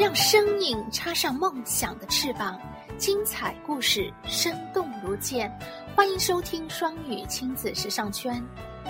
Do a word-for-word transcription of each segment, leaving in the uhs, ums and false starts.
让声音插上梦想的翅膀，精彩故事生动如剑。欢迎收听双语亲子时尚圈。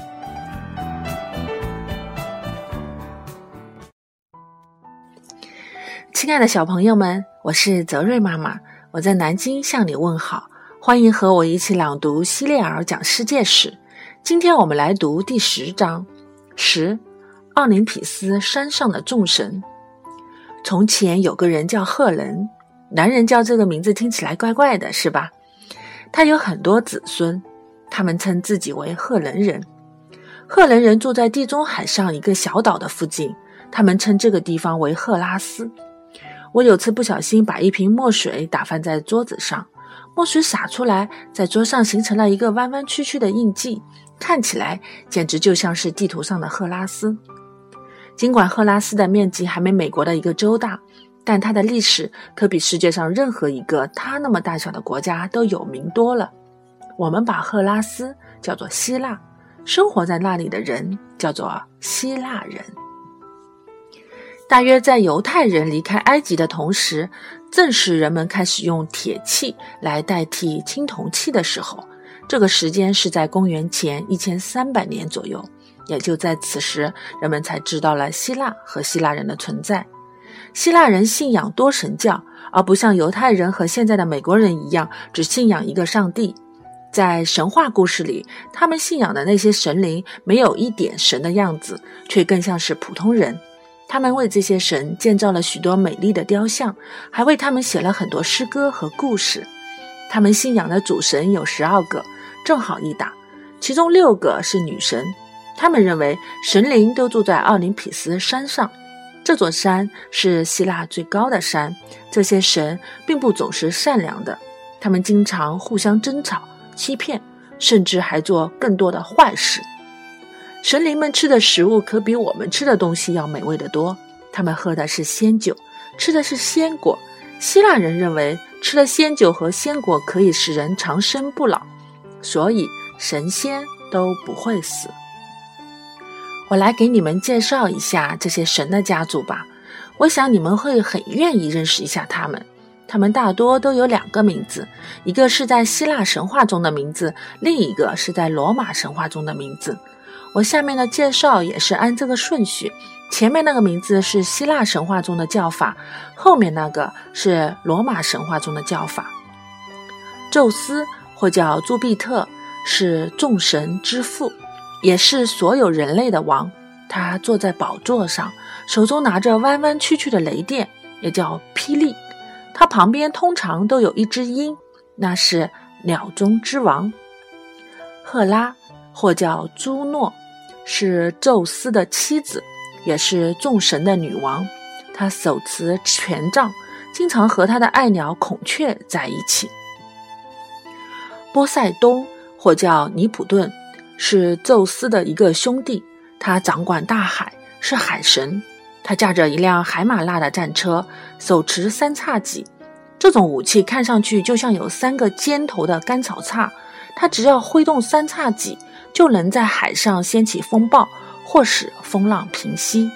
亲爱的小朋友们，我是泽瑞妈妈，我在南京向你问好，欢迎和我一起朗读希列尔讲世界史。今天我们来读第十章，十，奥林匹斯山上的众神。从前有个人叫赫伦，男人叫这个名字听起来怪怪的，是吧？他有很多子孙，他们称自己为赫伦人。赫伦人住在地中海上一个小岛的附近，他们称这个地方为赫拉斯。我有次不小心把一瓶墨水打翻在桌子上，墨水洒出来，在桌上形成了一个弯弯曲曲的印记，看起来简直就像是地图上的赫拉斯。尽管赫拉斯的面积还没美国的一个州大，但它的历史可比世界上任何一个它那么大小的国家都有名多了。我们把赫拉斯叫做希腊，生活在那里的人叫做希腊人。大约在犹太人离开埃及的同时，正是人们开始用铁器来代替青铜器的时候，这个时间是在公元前一千三百年左右。也就在此时，人们才知道了希腊和希腊人的存在。希腊人信仰多神教，而不像犹太人和现在的美国人一样只信仰一个上帝。在神话故事里，他们信仰的那些神灵没有一点神的样子，却更像是普通人。他们为这些神建造了许多美丽的雕像，还为他们写了很多诗歌和故事。他们信仰的主神有十二个，正好一打，其中六个是女神。他们认为神灵都住在奥林匹斯山上，这座山是希腊最高的山。这些神并不总是善良的，他们经常互相争吵、欺骗，甚至还做更多的坏事。神灵们吃的食物可比我们吃的东西要美味得多，他们喝的是仙酒，吃的是鲜果。希腊人认为吃了鲜酒和鲜果可以使人长生不老，所以神仙都不会死。我来给你们介绍一下这些神的家族吧，我想你们会很愿意认识一下他们。他们大多都有两个名字，一个是在希腊神话中的名字，另一个是在罗马神话中的名字。我下面的介绍也是按这个顺序，前面那个名字是希腊神话中的叫法，后面那个是罗马神话中的叫法。宙斯或叫朱庇特是众神之父，也是所有人类的王。他坐在宝座上，手中拿着弯弯曲曲的雷电，也叫霹雳。他旁边通常都有一只鹰，那是鸟中之王。赫拉或叫朱诺是宙斯的妻子，也是众神的女王。她手持权杖，经常和她的爱鸟孔雀在一起。波塞冬或叫尼普顿是宙斯的一个兄弟，他掌管大海，是海神。他驾着一辆海马拉的战车，手持三叉戟，这种武器看上去就像有三个尖头的干草叉，他只要挥动三叉戟，就能在海上掀起风暴，或使风浪平息。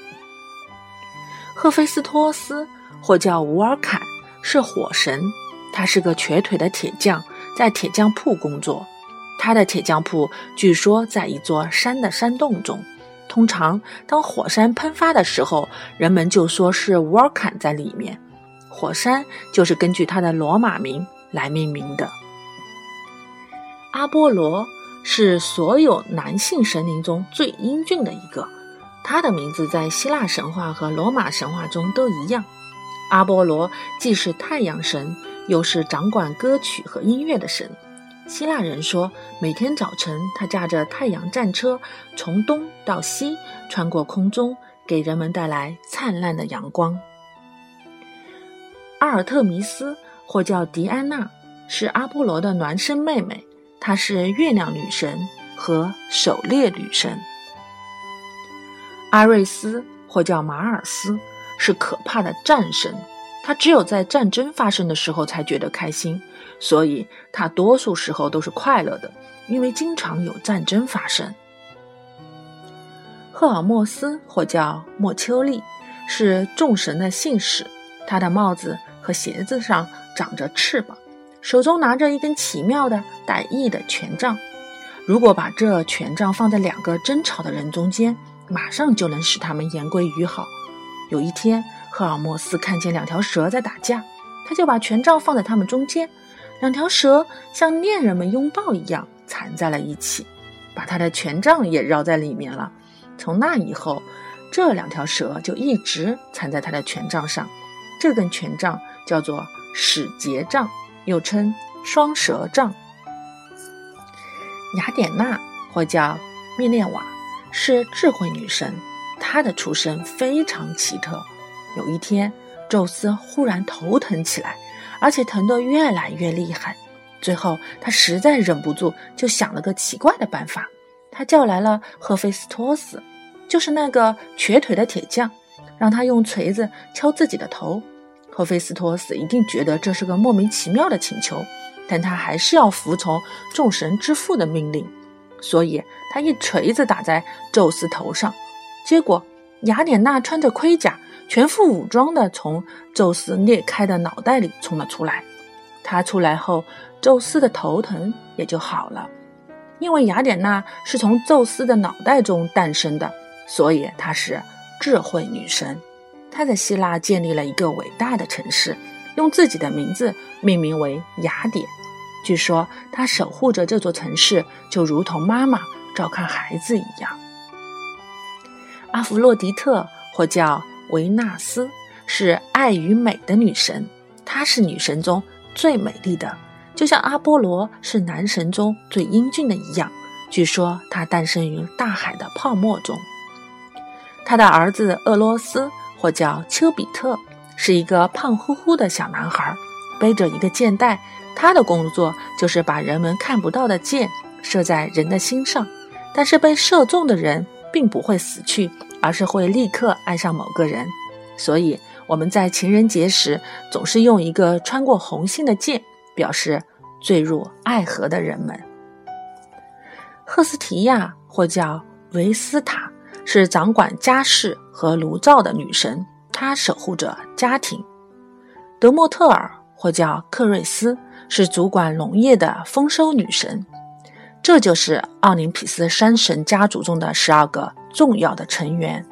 赫菲斯托斯或叫乌尔坎是火神，他是个瘸腿的铁匠，在铁匠铺工作。他的铁匠铺据说在一座山的山洞中，通常当火山喷发的时候，人们就说是乌尔坎在里面。火山就是根据他的罗马名来命名的。阿波罗是所有男性神灵中最英俊的一个，他的名字在希腊神话和罗马神话中都一样。阿波罗既是太阳神，又是掌管歌曲和音乐的神。希腊人说，每天早晨他驾着太阳战车从东到西穿过空中，给人们带来灿烂的阳光。阿尔特弥斯或叫狄安娜是阿波罗的孪生妹妹，她是月亮女神和狩猎女神。阿瑞斯或叫马尔斯是可怕的战神，他只有在战争发生的时候才觉得开心，所以他多数时候都是快乐的，因为经常有战争发生。赫尔墨斯或叫莫丘利是众神的信使， 他的帽子和鞋子上长着翅膀，手中拿着一根奇妙的带翼的权杖。如果把这权杖放在两个争吵的人中间，马上就能使他们言归于好。有一天，赫尔墨斯看见两条蛇在打架，他就把权杖放在他们中间，两条蛇像恋人们拥抱一样缠在了一起，把他的权杖也绕在里面了。从那以后，这两条蛇就一直缠在他的权杖上。这根权杖叫做使节杖，又称双蛇杖。雅典娜或叫密涅瓦是智慧女神，她的出身非常奇特。有一天，宙斯忽然头疼起来，而且疼得越来越厉害。最后他实在忍不住，就想了个奇怪的办法。他叫来了赫菲斯托斯，就是那个瘸腿的铁匠，让他用锤子敲自己的头。赫菲斯托斯一定觉得这是个莫名其妙的请求，但他还是要服从众神之父的命令，所以他一锤子打在宙斯头上。结果雅典娜穿着盔甲，全副武装地从宙斯裂开的脑袋里冲了出来。他出来后，宙斯的头疼也就好了。因为雅典娜是从宙斯的脑袋中诞生的，所以她是智慧女神。她在希腊建立了一个伟大的城市，用自己的名字命名为雅典。据说她守护着这座城市，就如同妈妈照看孩子一样。阿弗洛狄特或叫维纳斯是爱与美的女神，她是女神中最美丽的，就像阿波罗是男神中最英俊的一样。据说她诞生于大海的泡沫中。她的儿子厄罗斯或叫丘比特是一个胖乎乎的小男孩，背着一个箭袋，他的工作就是把人们看不到的箭射在人的心上，但是被射中的人并不会死去，而是会立刻爱上某个人。所以我们在情人节时总是用一个穿过红心的箭，表示坠入爱河的人们。赫斯提亚或叫维斯塔是掌管家事和炉灶的女神，她守护着家庭。德莫特尔或叫克瑞斯是主管农业的丰收女神。这就是奥林匹斯山神家族中的十二个重要的成员。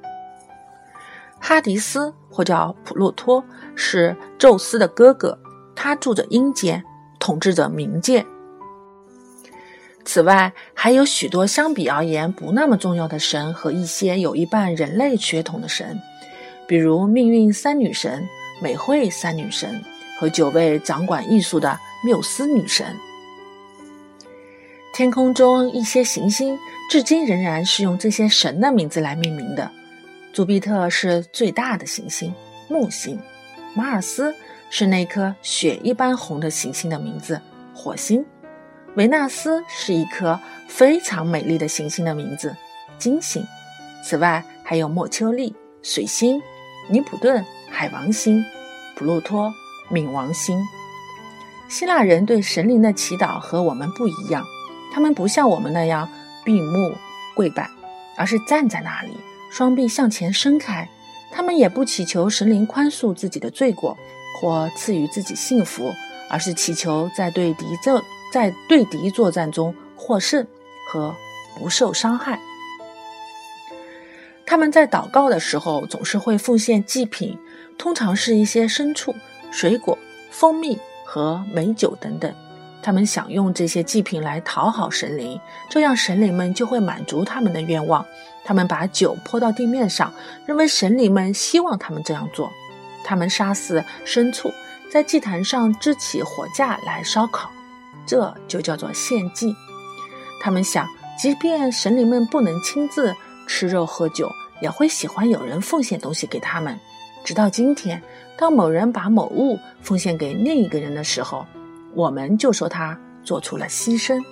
哈迪斯或叫普洛托是宙斯的哥哥，他住着阴间，统治着冥界。此外，还有许多相比而言不那么重要的神和一些有一半人类血统的神，比如命运三女神、美惠三女神和九位掌管艺术的缪斯女神。天空中一些行星至今仍然是用这些神的名字来命名的。朱庇特是最大的行星，木星。马尔斯是那颗血一般红的行星的名字，火星。维纳斯是一颗非常美丽的行星的名字，金星。此外还有莫丘利、水星、尼普顿、海王星、普鲁托、冥王星。希腊人对神灵的祈祷和我们不一样，他们不像我们那样闭目跪拜，而是站在那里，双臂向前伸开。他们也不祈求神灵宽恕自己的罪过或赐予自己幸福，而是祈求在对敌作在对敌作战中获胜和不受伤害。他们在祷告的时候总是会奉献祭品，通常是一些牲畜、水果、蜂蜜和美酒等等。他们想用这些祭品来讨好神灵，这样神灵们就会满足他们的愿望。他们把酒泼到地面上，认为神灵们希望他们这样做。他们杀死牲畜，在祭坛上支起火架来烧烤，这就叫做献祭。他们想，即便神灵们不能亲自吃肉喝酒，也会喜欢有人奉献东西给他们。直到今天，当某人把某物奉献给另一个人的时候，我们就说他做出了牺牲。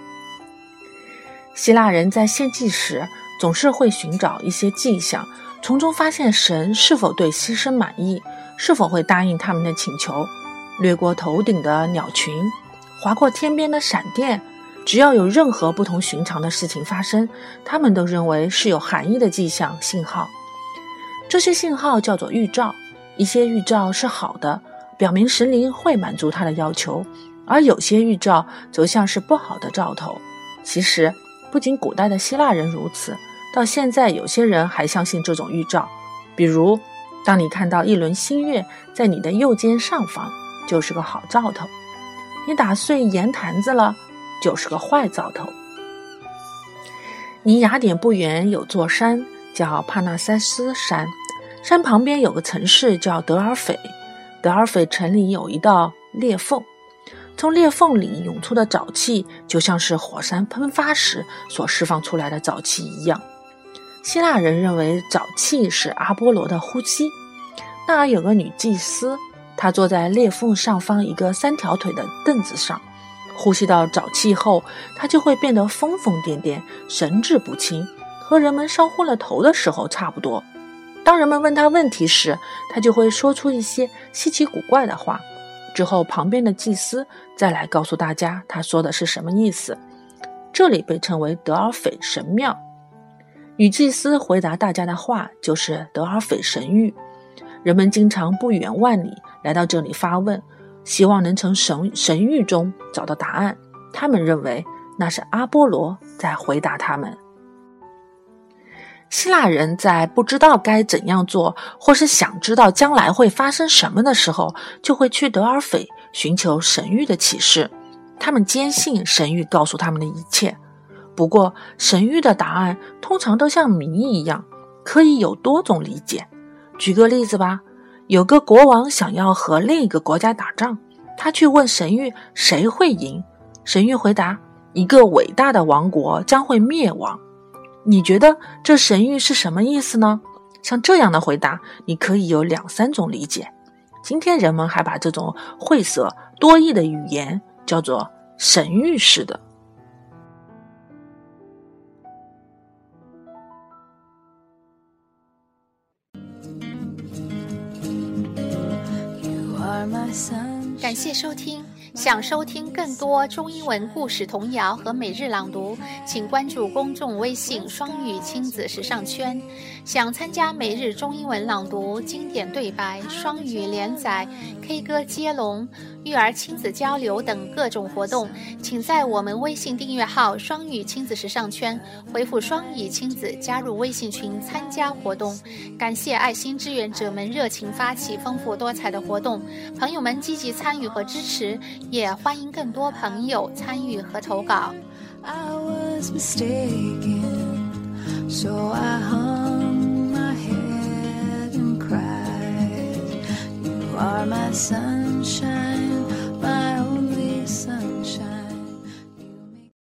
希腊人在献祭时总是会寻找一些迹象，从中发现神是否对牺牲满意，是否会答应他们的请求。掠过头顶的鸟群，划过天边的闪电，只要有任何不同寻常的事情发生，他们都认为是有含义的迹象信号。这些信号叫做预兆，一一些预兆是好的，表明神灵会满足他的要求，而有些预兆则像是不好的兆头。其实不仅古代的希腊人如此，到现在有些人还相信这种预兆。比如当你看到一轮新月在你的右肩上方，就是个好兆头；你打碎盐坛子了，就是个坏兆头。离雅典不远有座山叫帕纳塞斯山，山旁边有个城市叫德尔斐，德尔斐城里有一道裂缝，从裂缝里涌出的沼气就像是火山喷发时所释放出来的沼气一样。希腊人认为沼气是阿波罗的呼吸。那儿有个女祭司，她坐在裂缝上方一个三条腿的凳子上，呼吸到沼气后，她就会变得疯疯癫癫，神志不清，和人们烧昏了头的时候差不多。当人们问她问题时，她就会说出一些稀奇古怪的话，之后旁边的祭司再来告诉大家她说的是什么意思。这里被称为德尔斐神庙。女祭司回答大家的话就是德尔斐神谕。人们经常不远万里来到这里发问，希望能从神神谕中找到答案。他们认为那是阿波罗在回答他们。希腊人在不知道该怎样做，或是想知道将来会发生什么的时候，就会去德尔斐寻求神谕的启示。他们坚信神谕告诉他们的一切。不过神谕的答案通常都像谜一样，可以有多种理解。举个例子吧，有个国王想要和另一个国家打仗，他去问神谕谁会赢，神谕回答一个伟大的王国将会灭亡。你觉得这神谕是什么意思呢？像这样的回答你可以有两三种理解。今天人们还把这种晦涩多义的语言叫做神谕式的。 感谢收听，想收听更多中英文故事童谣和每日朗读，请关注公众微信双语亲子时尚圈。想参加每日中英文朗读、经典对白、双语连载、K 歌接龙、育儿亲子交流等各种活动，请在我们微信订阅号双语亲子时尚圈回复双语亲子加入微信群参加活动。感谢爱心志愿者们热情发起丰富多彩的活动，朋友们积极参与和支持，也欢迎更多朋友参与和投稿。 I was mistaken, so I hung my head and cried. You are my sunshine